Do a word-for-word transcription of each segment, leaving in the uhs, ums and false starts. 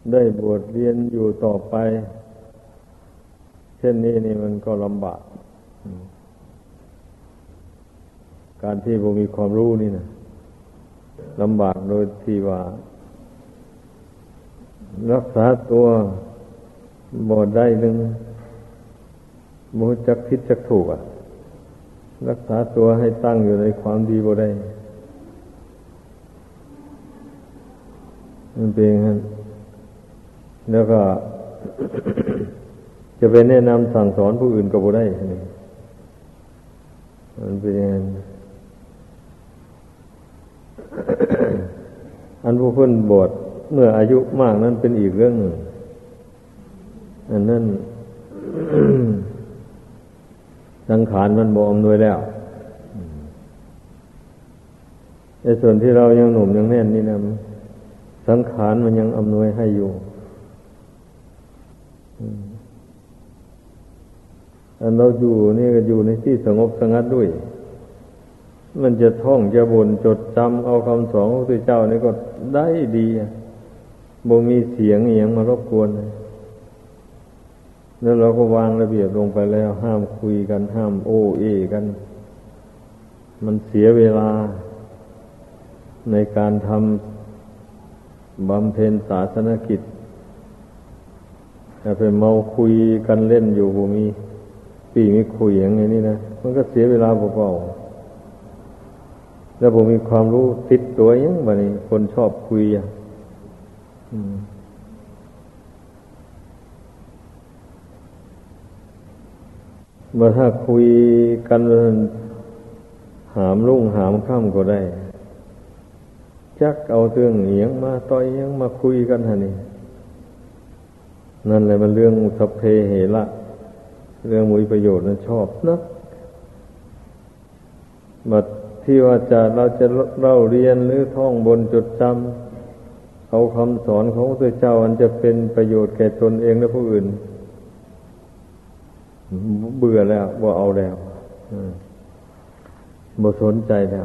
ได้บวชเรียนอยู่ต่อไปเช่นนี้นี่มันก็ลำบากการที่บ่มีความรู้นี่นะลำบากโดยที่ว่ารักษาตัวบ่ได้หนึ่งบ่จักผิดจักถูกอ่ะรักษาตัวให้ตั้งอยู่ในความดีบ่ได้มันเป็นอย่างนั้นแล้วก็ จะไปแนะนำสั่งสอนผู้อื่นก็บ่ได้มันเป็นอย่างนั้น อันผู้เพิ่นบวชเมื่ออายุมากนั้นเป็นอีกเรื่องหนึ่งอันนั้น สังขารมันบ่อำนวยแล้วในส่วนที่เรายังหนุ่มยังแน่นนี่นะสังขารมันยังอำนวยให้อยู่อันเราอยู่นี่ก็อยู่ในที่สงบสงัดด้วยมันจะท่องจะบ่นจดจำเอาคำสอนของพระพุทธเจ้านี่ก็ได้ดีบ่มีเสียงอีหยังมารบกวนแล้วเราก็วางระเบียบลงไปแล้วห้ามคุยกันห้ามโอ้เอกันมันเสียเวลาในการทำบำเพ็ญศาสนกิจถ้าไปเมาคุยกันเล่นอยู่บ่มีปีมีคุยอย่างนี้นะมันก็เสียเวลาเปล่าๆแล้วผมมีความรู้ติดตัวยังบัดนี้คนชอบคุยอ่ะเมื่อถ้าคุยกันหามรุ่งหามค่ำก็ได้จักเอาเรื่องเหียงมาต่อยยังมาคุยกันฮะนี่นั่นแหละมันเรื่องสัพเพเหระเรื่องมีประโยชน์นั้นชอบนะบัดที่ว่าจะเราจะเล่าเรียนหรือท่องบนจดจำเอาคำสอนของพระพุทธเจ้าอันจะเป็นประโยชน์แก่ตนเองและผู้อื่นเบื่อแล้วบ่เอาแล้วบ่สนใจแล้ว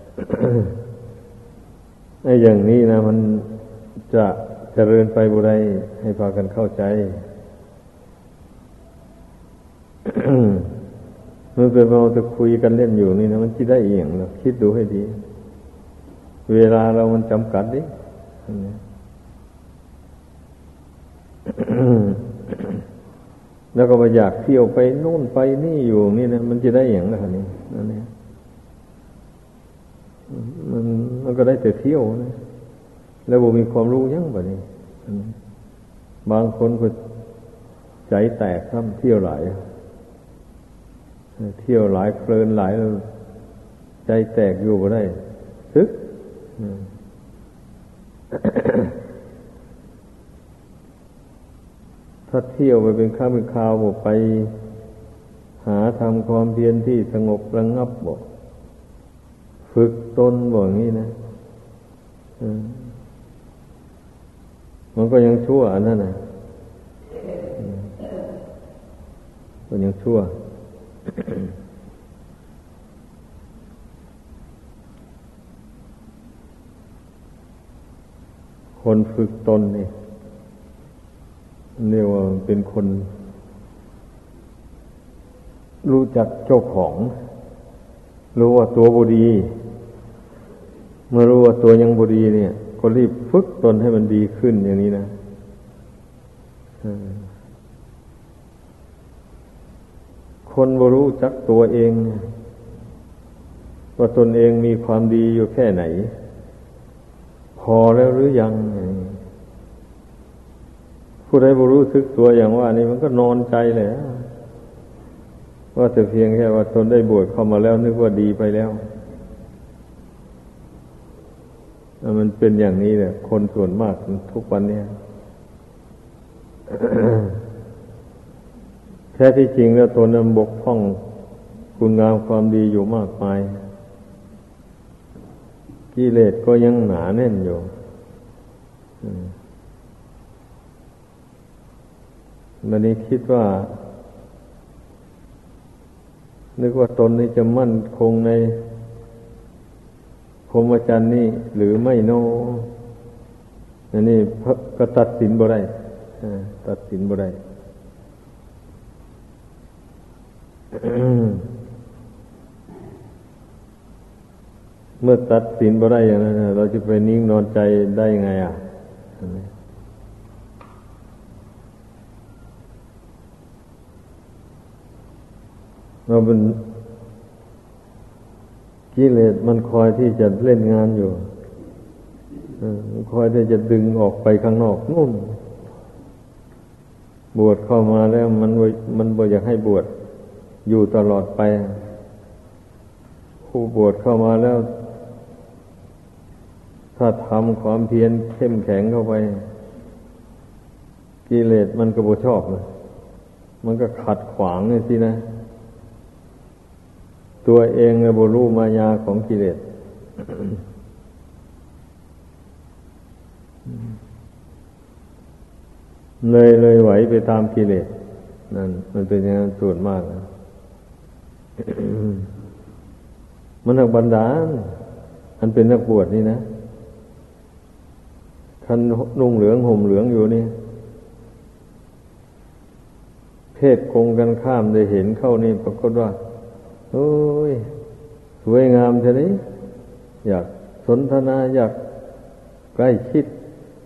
ไอ้อย่างนี้นะมันจะเจริญไปบ่ได้ให้พากันเข้าใจ เมื่อเราจะคุยกันเล่นอยู่นี่นะมันจะได้เอียงนะคิดดูให้ดีเวลาเรามันจำกัดดิ แล้วก็ไปอยากเที่ยวไปโน่นไปนี่อยู่นี่นะมันจะได้อย่างไรนี่นั่นเองมันมันก็ได้แต่เที่ยวนะแล้วบ่มีความรู้ยังแบบนี้บางคนก็ใจแตกซ้ำเที่ยวหลายเที่ยวหลายเพลินหลายแล้วใจแตกอยู่บ่ได้ซึก ถ้าเที่ยวไปเป็นข้าวเป็นคราวบ่ไปหาทำความเพียรที่สงบระงับบ่ฝึกตนบ่อย่างนี้นะมันก็ยังชั่วอันนั้นน่ะก็ยังชั่ว คนฝึกตนนี่เรียกว่าเป็นคนรู้จักเจ้าของรู้ว่าตัวบ่ดีเมื่อรู้ว่าตัวยังบ่ดีเนี่ยก็รีบฝึกตนให้มันดีขึ้นอย่างนี้นะคนบ่รู้จักตัวเองว่าตนเองมีความดีอยู่แค่ไหนพอแล้วหรือยังผู้ใดบ่รู้สึกตัวอย่างว่านี่มันก็นอนใจเลยว่าแต่เพียงแค่ว่าตนได้บวชเข้ามาแล้วนึกว่าดีไปแล้วมันเป็นอย่างนี้แหละคนส่วนมากทุกวันนี้ แท้ที่จริงแล้วตนนั้นบกพร่องคุณงามความดีอยู่มากมายกิเลสก็ยังหนาแน่นอยู่มันนี้คิดว่านึกว่าตนนี้จะมั่นคงในพรหมจรรย์นี่หรือไม่โนอันนี้ก็ตัดสินบ่ได้ตัดสินบ่ได้ เมื่อตัดสินบ่ได้อย่างนั้นเราจะไปนิ่งนอนใจได้ยังไงอ่ะเราเป็นกิเลสมันคอยที่จะเล่นงานอยู่คอยที่จะดึงออกไปข้างนอกนู่นบวชเข้ามาแล้วมันมันบ่อยากให้บวชอยู่ตลอดไปผู้บวชเข้ามาแล้วถ้าทำความเพียรเข้มแข็งเข้าไปกิเลสมันก็บ่ชอบนะมันก็ขัดขวางนี่สินะตัวเองก็บ่รู้มายาของกิเลสเลยเลยไหวไปตามกิเลสนั่นมันเป็นอย่างนั้นส่วนมากนะ มันนักบันดาลอันเป็นนักบวชนี่นะคันนุ่งเหลืองห่มเหลืองอยู่นี่เพศคงกันข้ามได้เห็นเข้านี่ปรากฏว่าโอ้ยสวยงามเท่านี้อยากสนทนาอยากใกล้ชิด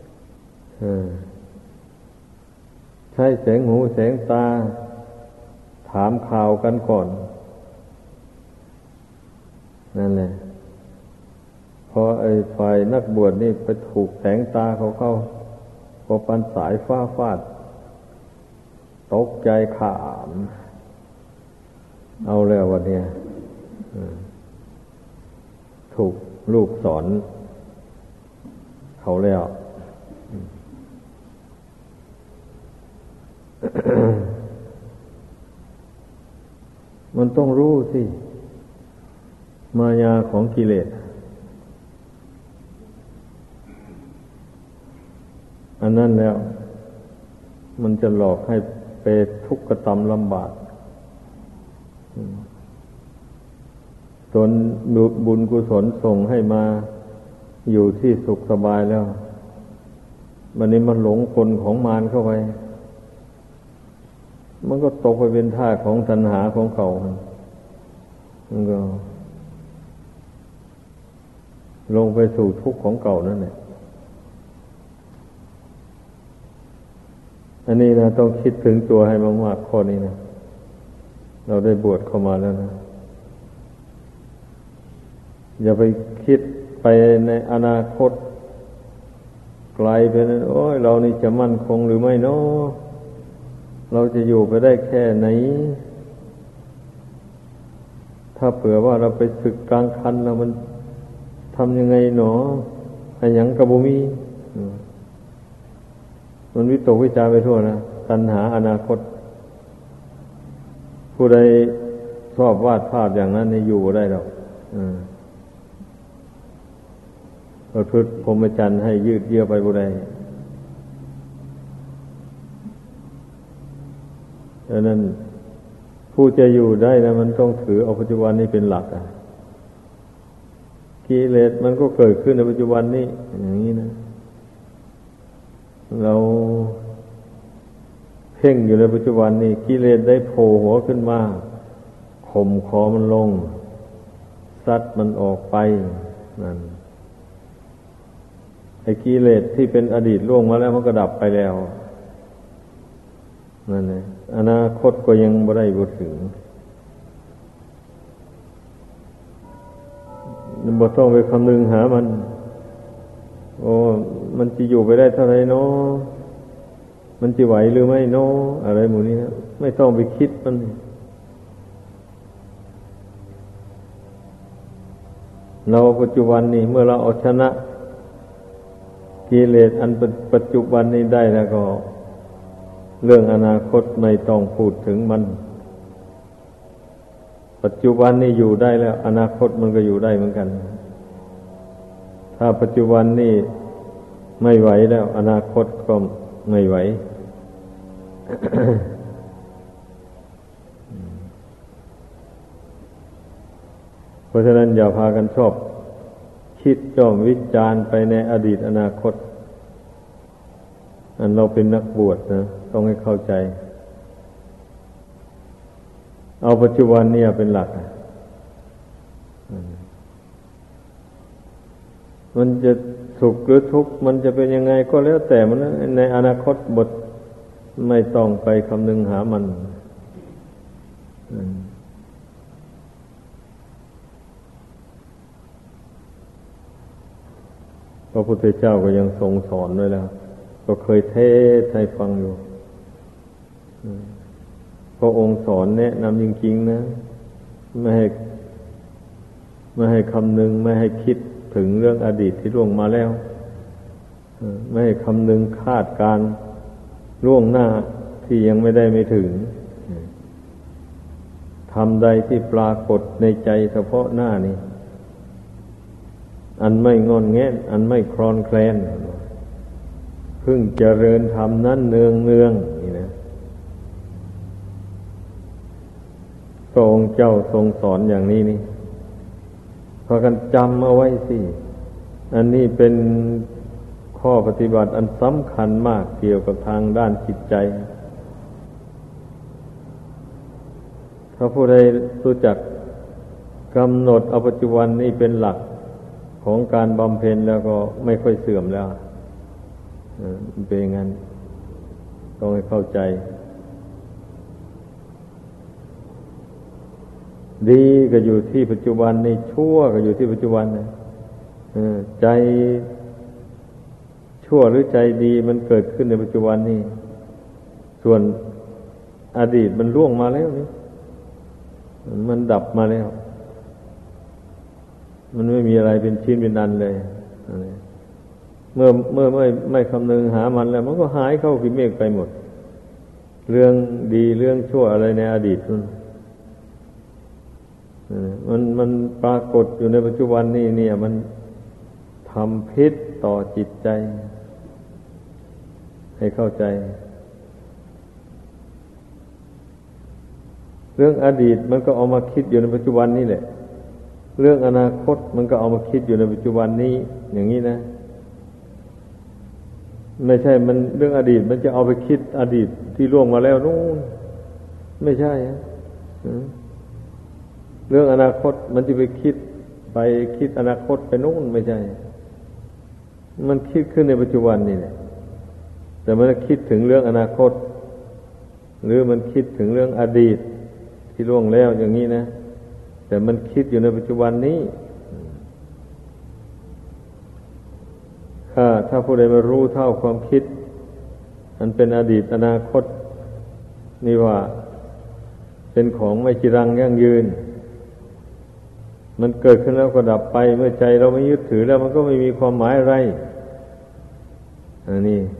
ใช้แสงหูแสงตาถามข่าวกันก่อนนั่นแหละพอไอ้ฝ่ายนักบวชนี่ไปถูกแสงตาเขาเข้าพอปันสายฟ้าฟาดตกใจขามเอาแล้ววันนี้ถูกลูกสอนเขาแล้ว มันต้องรู้สิมายาของกิเลสอันนั้นแล้วมันจะหลอกให้ไปทุกข์กระทำลำบากจนบุญกุศลส่งให้มาอยู่ที่สุขสบายแล้ววันนี้มันหลงกลของมารเข้าไปมันก็ตกไปเป็นท่าของตัณหาของเขามันก็ลงไปสู่ทุกข์ของเก่านั่นแหละอันนี้นะต้องคิดถึงตัวให้มากๆข้อนี้นะเราได้บวชเข้ามาแล้วนะอย่าไปคิดไปในอนาคตไกลไปนั้นโอ้ยเรานี่จะมั่นคงหรือไม่เนาะเราจะอยู่ไปได้แค่ไหนถ้าเผื่อว่าเราไปศึกกลางคันแล้วมันทำยังไงหนออะไรหยังกะบ่มีมันวิตกวิจารไปทั่วนะตัณหาอนาคตผู้ใดชอบวาดภาพอย่างนั้นนี่อยู่บ่ได้หรอกเราพึกพรหมจรรย์ให้ยืดเยื้อไปบ่ได้ดังนั้นผู้จะอยู่ได้นะมันต้องถือเอาปัจจุบันนี้เป็นหลักอ่ะกิเลสมันก็เกิดขึ้นในปัจจุบันนี้อย่างนี้นะเราเพ่งอยู่ในปัจจุบันนี้กิเลสได้โผล่หัวขึ้นมาข่มคอมันลงซัดมันออกไปนั่นไอ้กิเลสที่เป็นอดีตล่วงมาแล้วมันก็ดับไปแล้วนั่นแหละอนาคตก็ยังบ่ได้บ่ถึงบ่ต้องไปคำนึงหามันโอ้มันจะอยู่ไปได้เท่าไหร่เนาะมันจะไหวหรือไม่เนาะอะไรหมู่นี้นะไม่ต้องไปคิดมันเราปัจจุบันนี้เมื่อเราเอาชนะกิเลสอันปัจจุบันนี้ได้แล้วก็เรื่องอนาคตไม่ต้องพูดถึงมันปัจจุบันนี้อยู่ได้แล้วอนาคตมันก็อยู่ได้เหมือนกันถ้าปัจจุบันนี้ไม่ไหวแล้วอนาคตก็ไม่ไหว เพราะฉะนั้นอย่าพากันชอบคิดจ้องวิจารณ์ไปในอดีตอนาคตอันเราเป็นนักบวชนะต้องให้เข้าใจเอาปัจจุบันเนี่ยเป็นหลักมันจะสุขหรือทุกข์มันจะเป็นยังไงก็แล้วแต่มันในอนาคตบทไม่ต้องไปคำนึงหามันพระพุทธเจ้าก็ยังทรงสอนไว้แล้วก็เคยเทศให้ฟังอยู่พระองค์สอนแนะนำจริงๆนะไม่ให้ไม่ให้คำนึงไม่ให้คิดถึงเรื่องอดีตที่ล่วงมาแล้วไม่ให้คำนึงคาดการล่วงหน้าที่ยังไม่ได้ไม่ถึงทำใดที่ปรากฏในใจเฉพาะหน้านี้อันไม่งอนแงนอันไม่คลอนแคลนเพิ่งเจริญธรรมนั้นเนืองเนืองนี่นะพระองค์เจ้าทรงสอนอย่างนี้นี่พากันจำเอาไว้สิอันนี้เป็นข้อปฏิบัติอันสำคัญมากเกี่ยวกับทางด้านจิตใจถ้าผู้ใดรู้จักกำหนดเอาปัจจุบันนี้เป็นหลักของการบำเพ็ญแล้วก็ไม่ค่อยเสื่อมแล้วเป็นอย่างนั้นต้องให้เข้าใจดีก็อยู่ที่ปัจจุบันนี่ชั่วก็อยู่ที่ปัจจุบันนะใจชั่วหรือใจดีมันเกิดขึ้นในปัจจุบันนี่ส่วนอดีตมันล่วงมาแล้วนี่มันดับมาแล้วมันไม่มีอะไรเป็นชิ้นเป็นอันเลยเมื่อเมื่อไม่ไม่คำนึงหามันแล้วมันก็หายเข้าขี้เมฆไปหมดเรื่องดีเรื่องชั่วอะไรในอดีตนั่นมันมันปรากฏอยู่ในปัจจุบันนี่เนี่ยมันทำพิษต่อจิตใจให้เข้าใจเรื่องอดีตมันก็เอามาคิดอยู่ในปัจจุบันนี่แหละเรื่องอนาคตมันก็เอามาคิดอยู่ในปัจจุบันนี้อย่างนี้นะไม่ใช่มันเรื่องอดีตมันจะเอาไปคิดอดีตที่ล่วงมาแล้วนู่นไม่ใช่ฮะเรื่องอนาคตมันจะไปคิดไปคิดอนาคตไปนู่นไม่ใช่มันคิดขึ้นในปัจจุบันนี่แหละแต่มันคิดถึงเรื่องอนาคตหรือมันคิดถึงเรื่องอดีตที่ล่วงแล้วอย่างนี้นะแต่มันคิดอยู่ในปัจจุบันนี้ถ้าถ้าผู้ใดมารู้เท่าความคิดอันเป็นอดีตอนาคตนี่ว่าเป็นของไม่จีรังยั่งยืนมันเกิดขึ้นแล้วก็ดับไปเมื่อใจเราไม่ยึดถือแล้วมันก็ไม่มีความหมายอะไรอันนี้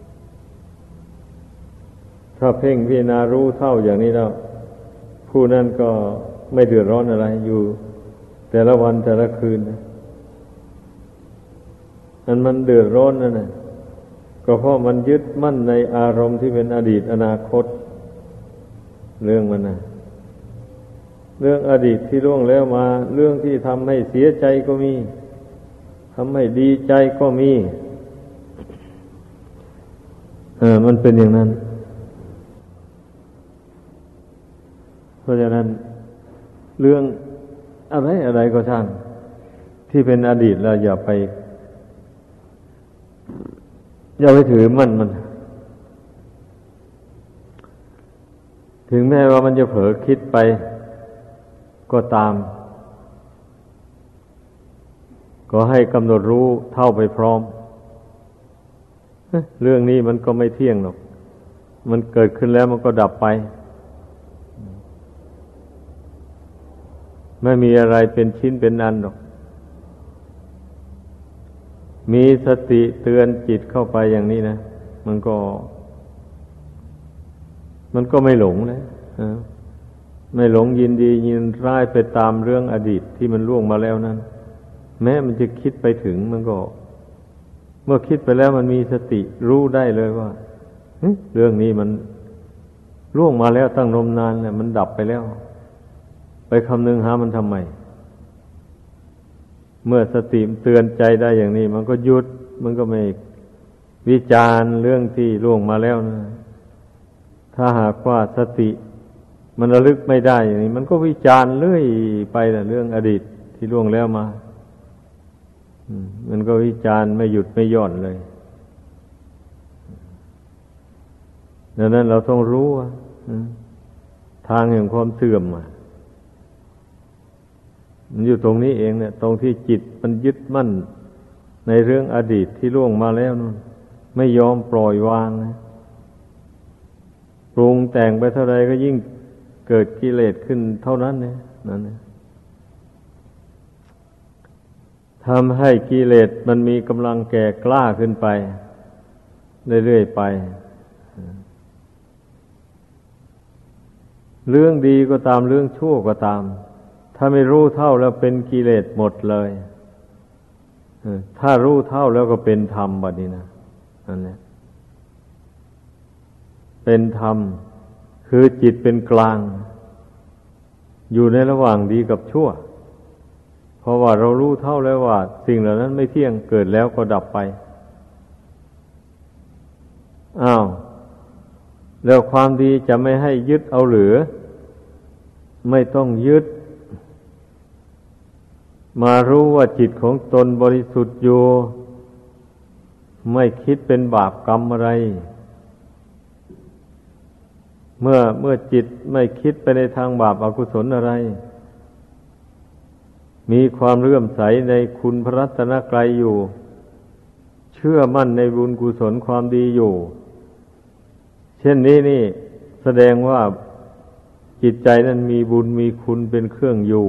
ถ้าเพ่งพิจารณารู้เท่าอย่างนี้แล้วผู้นั้นก็ไม่เดือดร้อนอะไรอยู่แต่ละวันแต่ละคืนอันมันเดือดร้อนนั่นน่ะก็เพราะมันยึดมั่นในอารมณ์ที่เป็นอดีตอนาคตเรื่องมันน่ะเรื่องอดีตที่ล่วงแล้วมาเรื่องที่ทำให้เสียใจก็มีทำให้ดีใจก็มีเออมันเป็นอย่างนั้นเพราะฉะนั้นเรื่องอะไรอะไรก็ช่างที่เป็นอดีตแล้วอย่าไปอย่าไปถือมั่นมันถึงแม้ว่ามันจะเผลอคิดไปก็ตามก็ให้กำหนดรู้เท่าไปพร้อมเรื่องนี้มันก็ไม่เที่ยงหรอกมันเกิดขึ้นแล้วมันก็ดับไปไม่มีอะไรเป็นชิ้นเป็นอันหรอกมีสติเตือนจิตเข้าไปอย่างนี้นะมันก็มันก็ไม่หลงนะไม่หลงยินดียินร้ายไปตามเรื่องอดีตที่มันล่วงมาแล้วนั้นแม้มันจะคิดไปถึงมันก็เมื่อคิดไปแล้วมันมีสติรู้ได้เลยว่าเรื่องนี้มันล่วงมาแล้วตั้งนมนานแล้วมันดับไปแล้วไปคำนึงหามันทำไมเมื่อสติเตือนใจได้อย่างนี้มันก็หยุดมันก็ไม่วิจารณ์เรื่องที่ล่วงมาแล้วนะถ้าหากว่าสติมันระลึกไม่ได้อย่างนี้มันก็วิจารณ์เรื่อยไปนะเรื่องอดีตที่ล่วงแล้วมามันก็วิจารณ์ไม่หยุดไม่หย่อนเลยดังนั้นเราต้องรู้ว่าทางแห่งความเสื่อมมันอยู่ตรงนี้เองเนี่ยตรงที่จิตมันยึดมั่นในเรื่องอดีตที่ล่วงมาแล้วนู่นไม่ยอมปล่อยวางนะปรุงแต่งไปเท่าไรก็ยิ่งเกิดกิเลสขึ้นเท่านั้นเนี่ยนั่นนะทำให้กิเลสมันมีกำลังแก่กล้าขึ้นไปเรื่อยๆไปเรื่องดีก็ตามเรื่องชั่วก็ตามถ้าไม่รู้เท่าแล้วเป็นกิเลสหมดเลยถ้ารู้เท่าแล้วก็เป็นธรรมบัดนี้นะนั่นแหละเป็นธรรมคือจิตเป็นกลางอยู่ในระหว่างดีกับชั่วเพราะว่าเรารู้เท่าแล้วว่าสิ่งเหล่านั้นไม่เที่ยงเกิดแล้วก็ดับไปอ้าวแล้วความดีจะไม่ให้ยึดเอาหรือไม่ต้องยึดมารู้ว่าจิตของตนบริสุทธิ์อยู่ไม่คิดเป็นบาปกรรมอะไรเมื่อเมื่อจิตไม่คิดไปในทางบาปอกุศลอะไรมีความเลื่อมใสในคุณพระรัตนกรัยอยู่เชื่อมั่นในบุญกุศลความดีอยู่เช่นนี้นี่แสดงว่าจิตใจนั้นมีบุญมีคุณเป็นเครื่องอยู่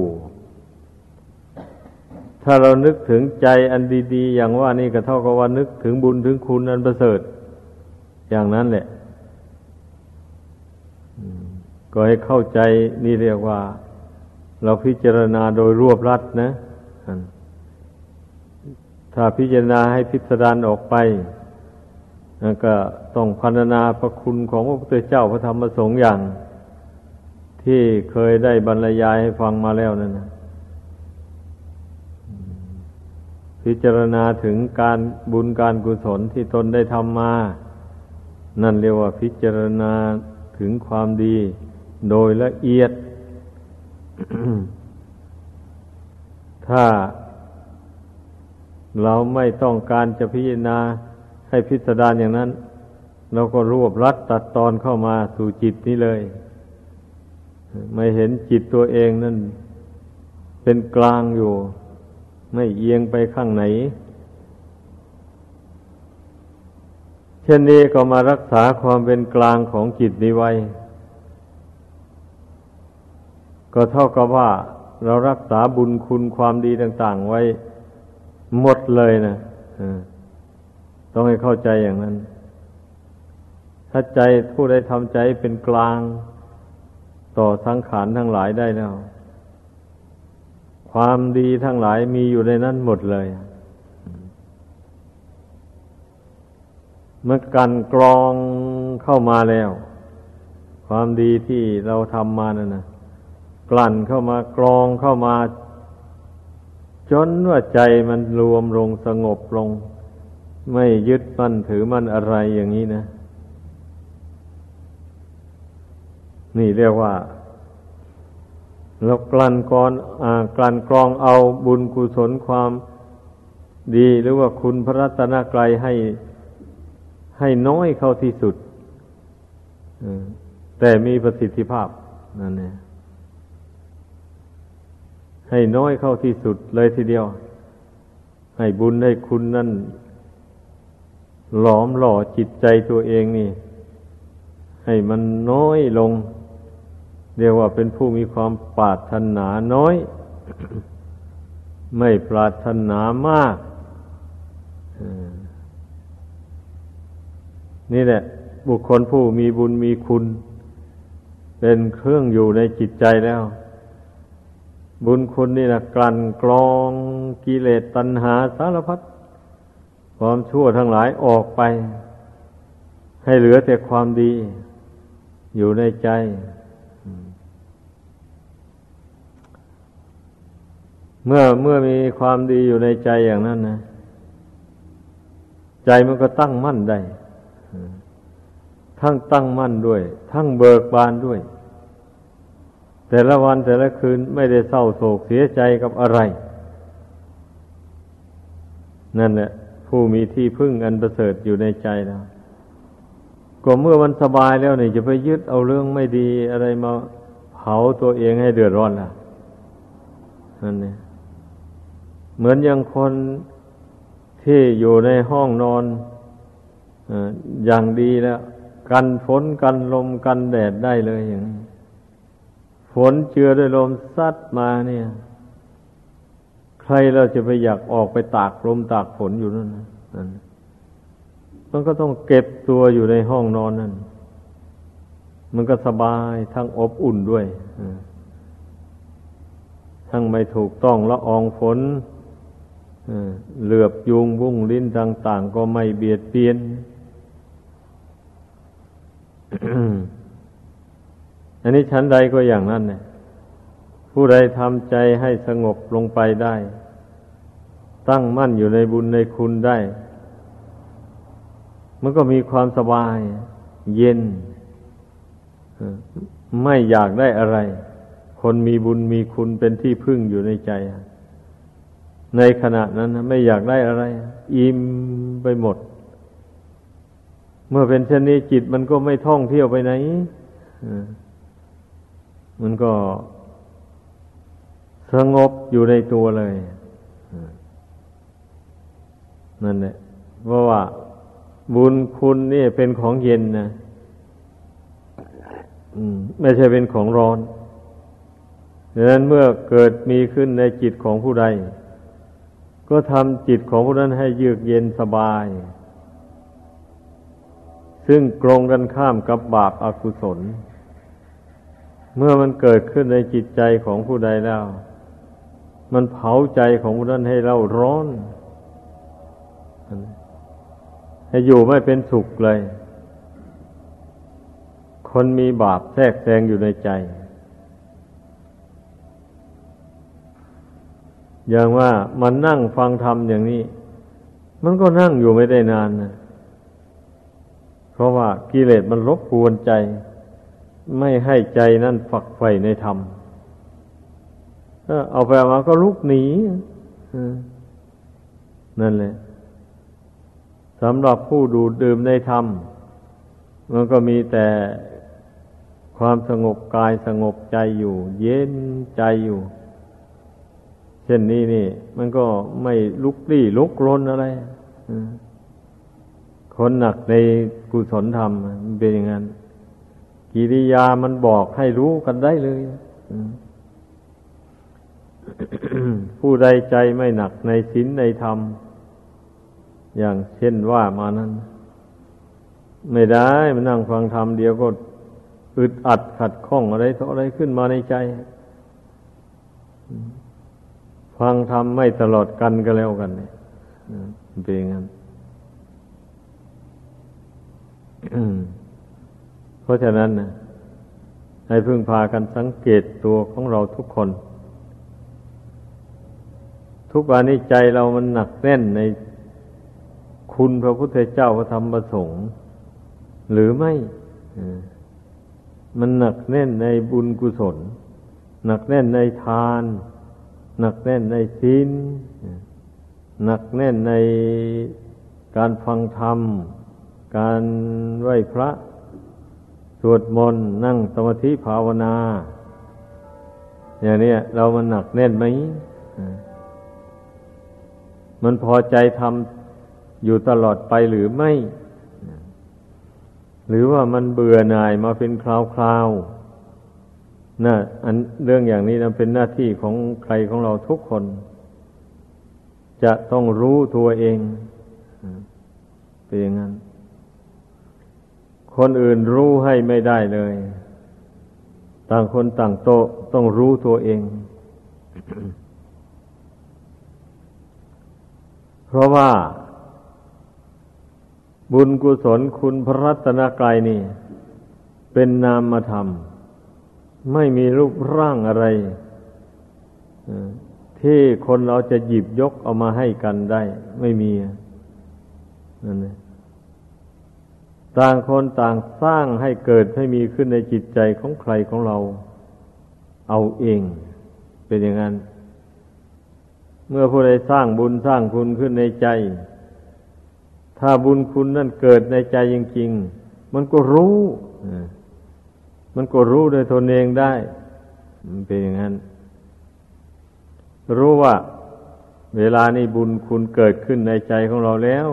ถ้าเรานึกถึงใจอันดีๆอย่างว่านี่ก็เท่ากับว่านึกถึงบุญถึงคุณอันประเสริฐอย่างนั้นแหละก็ให้เข้าใจนี่เรียกว่าเราพิจารณาโดยรวบรัดนะถ้าพิจารณาให้พิสดารออกไปก็ต้องพรรณนาพระคุณของพระพุทธเจ้าพระธรรมพระสงฆ์อย่างที่เคยได้บรรยายให้ฟังมาแล้วนั่นนะพิจารณาถึงการบุญการกุศลที่ตนได้ทำมานั่นเรียกว่าพิจารณาถึงความดีโดยละเอียด ถ้าเราไม่ต้องการจะพิจารณาให้พิสดารอย่างนั้นเราก็รวบรัดตัดตอนเข้ามาสู่จิตนี้เลยไม่เห็นจิตตัวเองนั่นเป็นกลางอยู่ไม่เอียงไปข้างไหนเช่นนี้ก็มารักษาความเป็นกลางของจิตนี้ไว้ก็เท่ากับว่าเรารักษาบุญคุณความดีต่างๆไว้หมดเลยนะต้องให้เข้าใจอย่างนั้นถ้าใจผู้ใดทำใจเป็นกลางต่อสังขารทั้งหลายได้แล้วความดีทั้งหลายมีอยู่ในนั้นหมดเลยเมื่อกันกรองเข้ามาแล้วความดีที่เราทำมานั่นนะกลั่นเข้ามากรองเข้ามาจนว่าใจมันรวมลงสงบลงไม่ยึดมั่นถือมั่นอะไรอย่างนี้นะนี่เรียกว่าเรากลั่นกรองอ่ากลั่นกรองเอาบุญกุศลความดีหรือว่าคุณพระรัตนกรัยให้ให้น้อยเข้าที่สุดแต่มีประสิทธิภาพนั่นแหละให้น้อยเข้าที่สุดเลยทีเดียวให้บุญให้คุณนั่นหลอมหล่อจิตใจตัวเองนี่ให้มันน้อยลงเรียกว่าเป็นผู้มีความปรารถนาน้อย ไม่ปรารถนามากนี่แหละบุคคลผู้มีบุญมีคุณเป็นเครื่องอยู่ในจิตใจแล้วบุญคุณนี่นะกลั่นกรองกิเลสตัณหาสารพัดความชั่วทั้งหลายออกไปให้เหลือแต่ความดีอยู่ในใจเมื่อเมื่อมีความดีอยู่ในใจอย่างนั้นนะใจมันก็ตั้งมั่นได้ทั้งตั้งมั่นด้วยทั้งเบิกบานด้วยแต่ละวันแต่ละคืนไม่ได้เศร้าโศกเสียใจกับอะไรนั่นแหละผู้มีที่พึ่งอันประเสริฐอยู่ในใจแล้วก็เมื่อมันสบายแล้วนี่จะไปยึดเอาเรื่องไม่ดีอะไรมาเผาตัวเองให้เดือดร้อนล่ะนั่นเนี่ยเหมือนอย่างคนที่อยู่ในห้องนอนอย่างดีแล้วกันฝนกันลมกันแดดได้เลยอย่างนี้ฝนเจือด้วยลมซัดมาเนี่ยใครเราจะไปอยากออกไปตากลมตากฝนอยู่นั่นนะนั่นมันก็ต้องเก็บตัวอยู่ในห้องนอนนั่นมันก็สบายทั้งอบอุ่นด้วยทั้งไม่ถูกต้องละอองฝนเหลือบยุงบุ้งลิ้นต่างๆก็ไม่เบียดเบียน อันนี้ชั้นใดก็อย่างนั้นเนี่ยผู้ใดทำใจให้สงบลงไปได้ตั้งมั่นอยู่ในบุญในคุณได้มันก็มีความสบายเย็นไม่อยากได้อะไรคนมีบุญมีคุณเป็นที่พึ่งอยู่ในใจในขณะนั้นไม่อยากได้อะไรอิ่มไปหมดเมื่อเป็นเช่นนี้จิตมันก็ไม่ท่องเที่ยวไปไหนมันก็สงบอยู่ในตัวเลยนั่นแหละเพราะว่าบุญคุณนี่เป็นของเย็นนะไม่ใช่เป็นของร้อนดังนั้นเมื่อเกิดมีขึ้นในจิตของผู้ใดก็ทำจิตของผู้นั้นให้เยือกเย็นสบายซึ่งตรงกันข้ามกับบาปอกุศลเมื่อมันเกิดขึ้นในจิตใจของผู้ใดแล้วมันเผาใจของผู้นั้นให้เร่าร้อนให้อยู่ไม่เป็นสุขเลยคนมีบาปแทรกแซงอยู่ในใจอย่างว่ามันนั่งฟังธรรมอย่างนี้มันก็นั่งอยู่ไม่ได้นานนะเพราะว่ากิเลสมันรบกวนใจไม่ให้ใจนั่นฝักใฝ่ในธรรมเอาไปมาก็ลุกหนีนั่นแหละสำหรับผู้ดูดดื่มในธรรมมันก็มีแต่ความสงบกายสงบใจอยู่เย็นใจอยู่เช่นนี้นี่มันก็ไม่ลุกลี้ลุกลนอะไรคนหนักในกุศลธรรมมันเป็นอย่างนั้นกิริยามันบอกให้รู้กันได้เลย ผู้ใดใจไม่หนักในศีลในธรรมอย่างเช่นว่ามานั้นไม่ได้มันนั่งฟังธรรมเดียวก็อึดอัดขัดข้องอะไรต่ออะไรขึ้นมาในใจฟังธรรมไม่ตลอดกันก็แล้วกันเนี่ยเป็นอย่างนั้นเพราะฉะนั้นนะให้พึ่งพากันสังเกตตัวของเราทุกคนทุกวันนี้ใจเรามันหนักแน่นในคุณพระพุทธเจ้าพระธรรมพระสงฆ์หรือไม่มันหนักแน่นในบุญกุศลหนักแน่นในทานหนักแน่นในศีลหนักแน่นในการฟังธรรมการไหว้พระสวดมนต์นั่งสมาธิภาวนาอย่างนี้เรามันหนักแน่นไหมมันพอใจทำอยู่ตลอดไปหรือไม่หรือว่ามันเบื่อหน่ายมาเป็นคราวๆน่ะอันเรื่องอย่างนี้นั้นเป็นหน้าที่ของใครของเราทุกคนจะต้องรู้ตัวเองเป็นอย่างนั้นคนอื่นรู้ให้ไม่ได้เลยต่างคนต่างโตต้องรู้ตัวเอง เพราะว่าบุญกุศลคุณพระรัตนกรัยนี่เป็นนามธรรมไม่มีรูปร่างอะไรที่คนเราจะหยิบยกเอามาให้กันได้ไม่มีนั่นเองต่างคนต่างสร้างให้เกิดให้มีขึ้นในจิตใจของใครของเราเอาเองเป็นอย่างนั้นเมื่อผู้ใดสร้างบุญสร้างคุณขึ้นในใจถ้าบุญคุณนั่นเกิดในใจจริงๆมันก็รู้มันก็รู้โดยตนเองได้มันเป็นอย่างนั้นรู้ว่าเวลานี้บุญคุณเกิดขึ้นในใจของเราแล้ว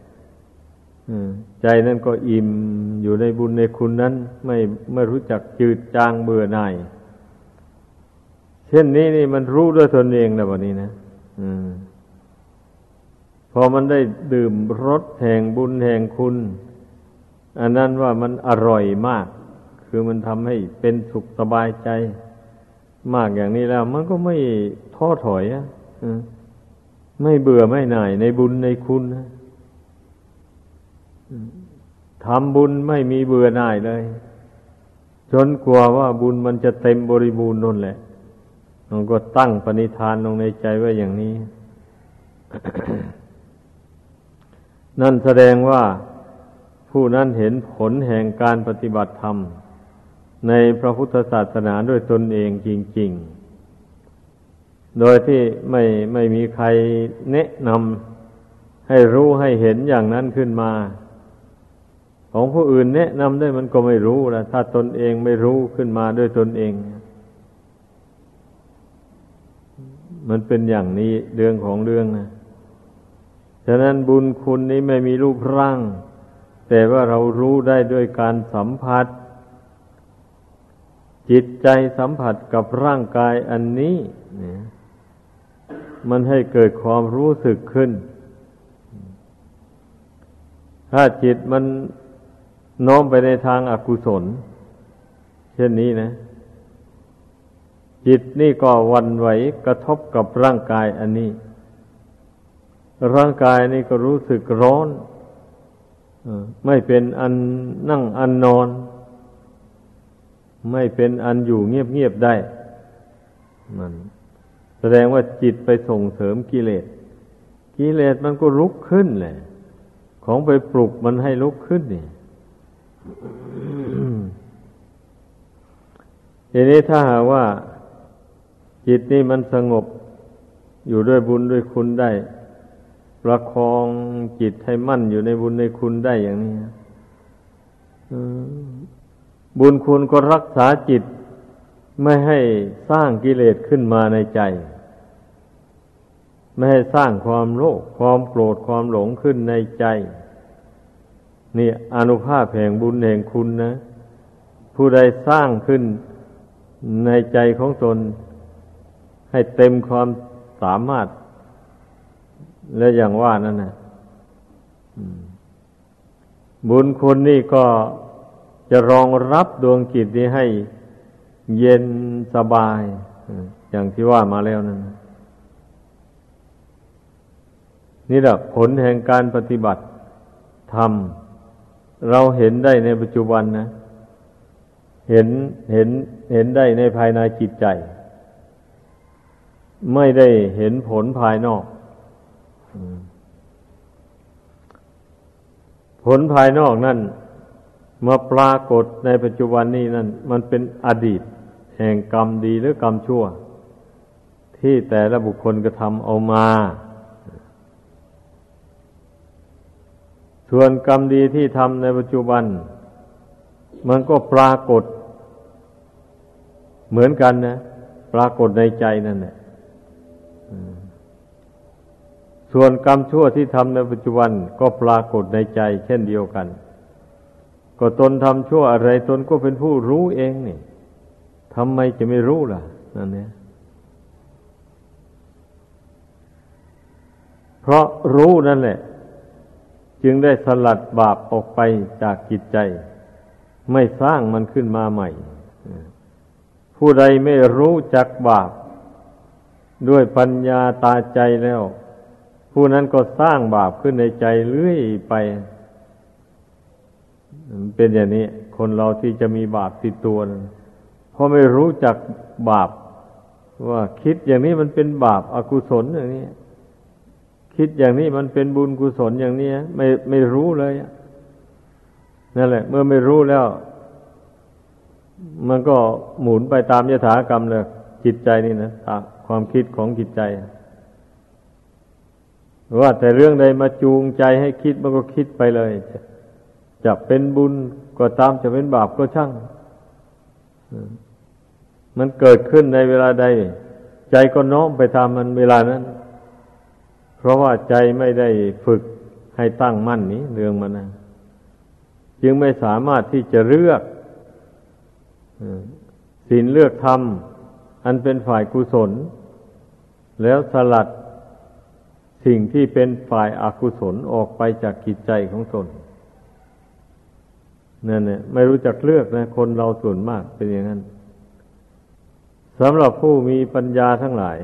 ใจนั่นก็อิ่มอยู่ในบุญในคุณนั้นไม่ไม่รู้จักจืดจางเบื่อหน่ายเช่นนี้นี่มันรู้ด้วยตนเองนะวันนี้นะอืมพอมันได้ดื่มรสแห่งบุญแห่งคุณอันนั้นว่ามันอร่อยมากคือมันทำให้เป็นสุขสบายใจมากอย่างนี้แล้วมันก็ไม่ท้อถอยอ่ะไม่เบื่อไม่หน่ายในบุญในคุณนะทำบุญไม่มีเบื่อหน่ายเลยจนกลัวว่าบุญมันจะเต็มบริบูรณ์นั่นแหละมันก็ตั้งปณิธานลงในใจไว้อย่างนี้ นั่นแสดงว่าผู้นั้นเห็นผลแห่งการปฏิบัติธรรมในพระพุทธศาสนาด้วยตนเองจริงๆโดยที่ไม่ไม่มีใครแนะนำให้รู้ให้เห็นอย่างนั้นขึ้นมาของผู้อื่นแนะนำได้มันก็ไม่รู้ละถ้าตนเองไม่รู้ขึ้นมาด้วยตนเองมันเป็นอย่างนี้เรื่องของเรื่องนะฉะนั้นบุญคุณนี้ไม่มีรูปร่างแต่ว่าเรารู้ได้ด้วยการสัมผัสจิตใจสัมผัสกับร่างกายอันนี้เนี่ยมันให้เกิดความรู้สึกขึ้นถ้าจิตมันโน้มไปในทางอกุศลเช่นนี้นะจิตนี่ก็หวั่นไหวกระทบกับร่างกายอันนี้ร่างกายนี่ก็รู้สึกร้อนไม่เป็นอันนั่งอันนอนไม่เป็นอันอยู่เงียบๆได้มันแสดงว่าจิตไปส่งเสริมกิเลสกิเลสมันก็ลุกขึ้นแหละของไปปลุกมันให้ลุกขึ้นนี่ ทีนี้ถ้าหากว่าจิตนี่มันสงบอยู่ด้วยบุญด้วยคุณได้ประคองจิตให้มั่นอยู่ในบุญในคุณได้อย่างนี้บุญคุณก็รักษาจิตไม่ให้สร้างกิเลสขึ้นมาในใจไม่ให้สร้างความโลภความโกรธความหลงขึ้นในใจนี่อานุภาพแห่งบุญแห่งคุณนะผู้ใดสร้างขึ้นในใจของตนให้เต็มความสามารถและอย่างว่านั่นนะบุญคุณนี่ก็จะรองรับดวงจิตนี้ให้เย็นสบายอย่างที่ว่ามาแล้วนั่นนี่แหละผลแห่งการปฏิบัติธรรมเราเห็นได้ในปัจจุบันนะเห็นเห็นเห็นได้ในภายในจิตใจไม่ได้เห็นผลภายนอกผลภายนอกนั่นมาปรากฏในปัจจุบันนี้นั่นมันเป็นอดีตแห่งกรรมดีหรือกรรมชั่วที่แต่ละบุคคลกระทำเอามาส่วนกรรมดีที่ทำในปัจจุบันมันก็ปรากฏเหมือนกันนะปรากฏในใจนั่นแหละส่วนกรรมชั่วที่ทำในปัจจุบันก็ปรากฏในใจเช่นเดียวกันก็ตนทำชั่วอะไรตนก็เป็นผู้รู้เองนี่ทำไมจะไม่รู้ล่ะนั่นเนี่ยเพราะรู้นั่นแหละจึงได้สลัดบาปออกไปจากจิตใจไม่สร้างมันขึ้นมาใหม่ผู้ใดไม่รู้จักบาปด้วยปัญญาตาใจแล้วผู้นั้นก็สร้างบาปขึ้นในใจเรื่อยไปเป็นอย่างนี้คนเราที่จะมีบาปติดตัวเพราะไม่รู้จักบาปว่าคิดอย่างนี้มันเป็นบาปอกุศลอย่างนี้คคิดอย่างนี้มันเป็นบุญกุศลอย่างนี้ไม่ไม่รู้เลยนั่นแหละเมื่อไม่รู้แล้วมันก็หมุนไปตามยถากรรมเลยจิตใจนี่นะตามความคิดของจิตใจว่าแต่เรื่องใดมาจูงใจให้คิดมันก็คิดไปเลยจะเป็นบุญก็ตามจะเป็นบาปก็ช่างมันเกิดขึ้นในเวลาใดใจก็น้อมไปตามมันเวลานั้นเพราะว่าใจไม่ได้ฝึกให้ตั้งมั่นนี้เรื่องมันนะจึงไม่สามารถที่จะเลือกศีลเลือกธรรมอันเป็นฝ่ายกุศลแล้วสลัดสิ่งที่เป็นฝ่ายอกุศลออกไปจากจิตใจของตนนั่นแหละไม่รู้จักเลือกนะคนเราส่วนมากเป็นอย่างนั้นสำหรับผู้มีปัญญาทั้งหลาย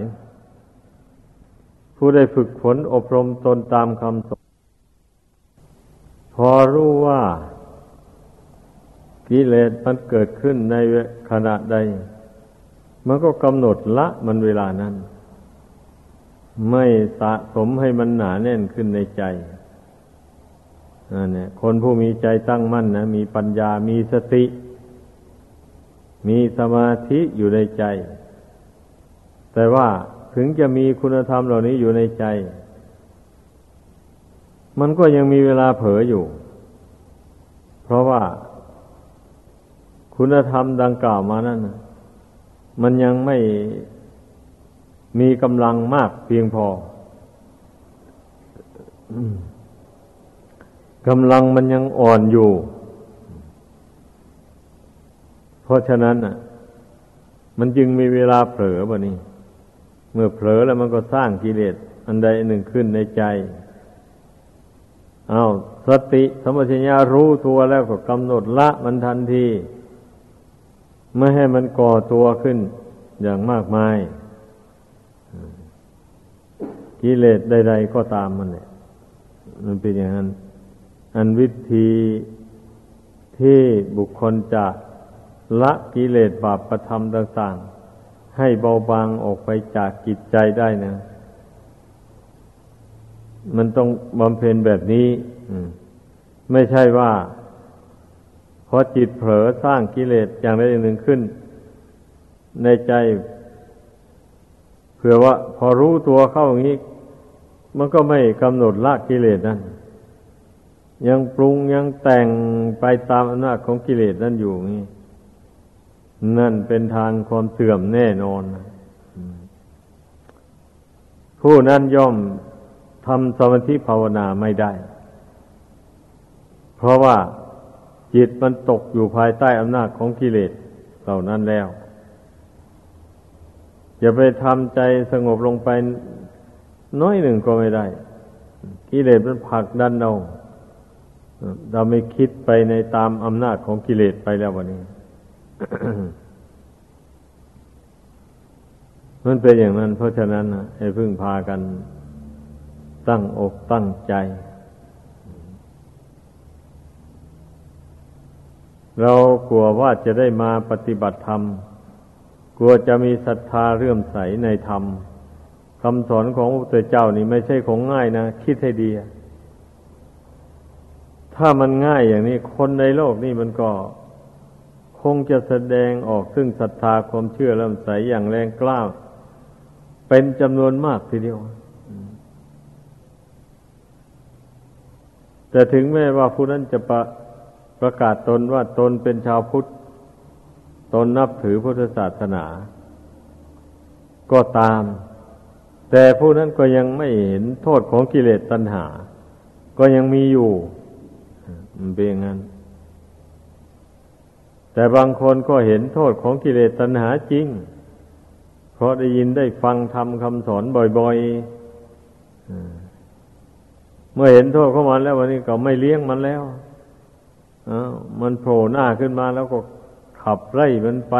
ผู้ได้ฝึกฝนอบรมตนตามคำสอนพอรู้ว่ากิเลสมันเกิดขึ้นในขณะใดมันก็กำหนดละมันเวลานั้นไม่สะสมให้มันหนาแน่นขึ้นในใจนั่นแหละคนผู้มีใจตั้งมั่นนะมีปัญญามีสติมีสมาธิอยู่ในใจแต่ว่าถึงจะมีคุณธรรมเหล่านี้อยู่ในใจมันก็ยังมีเวลาเผลออยู่เพราะว่าคุณธรรมดังกล่าวมานั้นนะมันยังไม่มีกำลังมากเพียงพอกำลังมันยังอ่อนอยู่เพราะฉะนั้นน่ะมันจึงมีเวลาเผลอบ่นี่เมื่อเผลอแล้วมันก็สร้างกิเลสอันใดอันหนึ่งขึ้นในใจเอาสติสัมปชัญญะรู้ตัวแล้วก็กำหนดละมันทันทีไม่ให้มันก่อตัวขึ้นอย่างมากมายกิเลสใดๆก็ตามมันเนี่ยมันเป็นอย่างนั้นอันวิธีที่บุคคลจะละกิเลสบาปธรรมต่างๆให้เบาบางออกไปจากจิตใจได้นะมันต้องบำเพ็ญแบบนี้ไม่ใช่ว่าพอจิตเผลอสร้างกิเลสอย่างใดอย่างหนึ่งขึ้นในใจเผื่อว่าพอรู้ตัวเข้าอย่างนี้มันก็ไม่กำหนดละกิเลสนั้นยังปรุงยังแต่งไปตามอำนาจของกิเลสนั้นอยู่นี่นั่นเป็นทางความเสื่อมแน่นอนผู้นั้นย่อมทำสมาธิภาวนาไม่ได้เพราะว่าจิตมันตกอยู่ภายใต้อำนาจของกิเลสเหล่านั้นแล้วอย่าไปทำใจสงบลงไปน้อยหนึ่งก็ไม่ได้กิเลสมันผลักดันเราเราไม่คิดไปในตามอำนาจของกิเลสไปแล้ววันนี้ มันเป็นอย่างนั้นเพราะฉะนั้นนะให้พึ่งพากันตั้งอกตั้งใจเรากลัวว่าจะได้มาปฏิบัติธรรมกลัวจะมีศรัทธาเลื่อมใสในธรรมคำสอนของพระพุทธเจ้านี่ไม่ใช่ของง่ายนะคิดให้ดีถ้ามันง่ายอย่างนี้คนในโลกนี่มันก็คงจะแสดงออกซึ่งศรัทธาความเชื่อเลื่อมใสอย่างแรงกล้าเป็นจำนวนมากทีเดียวแต่ถึงแม้ว่าผู้นั้นจะประประกาศตนว่าตนเป็นชาวพุทธตนนับถือพุทธศาสนาก็ตามแต่ผู้นั้นก็ยังไม่เห็นโทษของกิเลสตัณหาก็ยังมีอยู่มันเป็นอย่างนั้นแต่บางคนก็เห็นโทษของกิเลสตัณหาจริงเพราะได้ยินได้ฟังธรรมคำสอนบ่อยๆเมื่อเห็นโทษของมันแล้ววันนี้ก็ไม่เลี้ยงมันแล้วมันโผล่หน้าขึ้นมาแล้วก็ขับไล่มันไป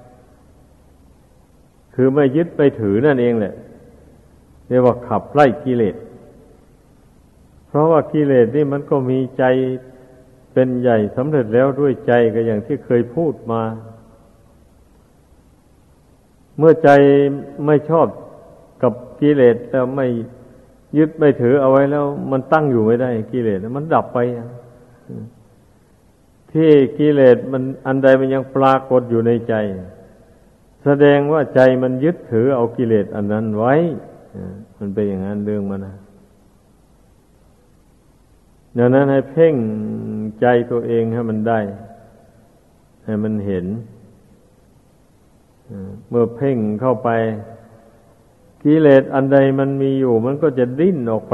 คือไม่ยึดไปถือนั่นเองแหละเรียกว่าขับไล่กิเลสเพราะว่ากิเลสนี่มันก็มีใจเป็นใหญ่สำเร็จแล้วด้วยใจก็อย่างที่เคยพูดมาเมื่อใจไม่ชอบกับกิเลสแล้วไม่ยึดไม่ถือเอาไว้แล้วมันตั้งอยู่ไม่ได้กิเลสมันดับไปที่กิเลสมันอันใดมันยังปรากฏอยู่ในใจแสดงว่าใจมันยึดถือเอากิเลสอันนั้นไว้มันเป็นอย่างนั้นเรื่องมันนะดังนั้นให้เพ่งใจตัวเองให้มันได้ให้มันเห็นเมื่อเพ่งเข้าไปกิเลสอันใดมันมีอยู่มันก็จะดิ้นออกไป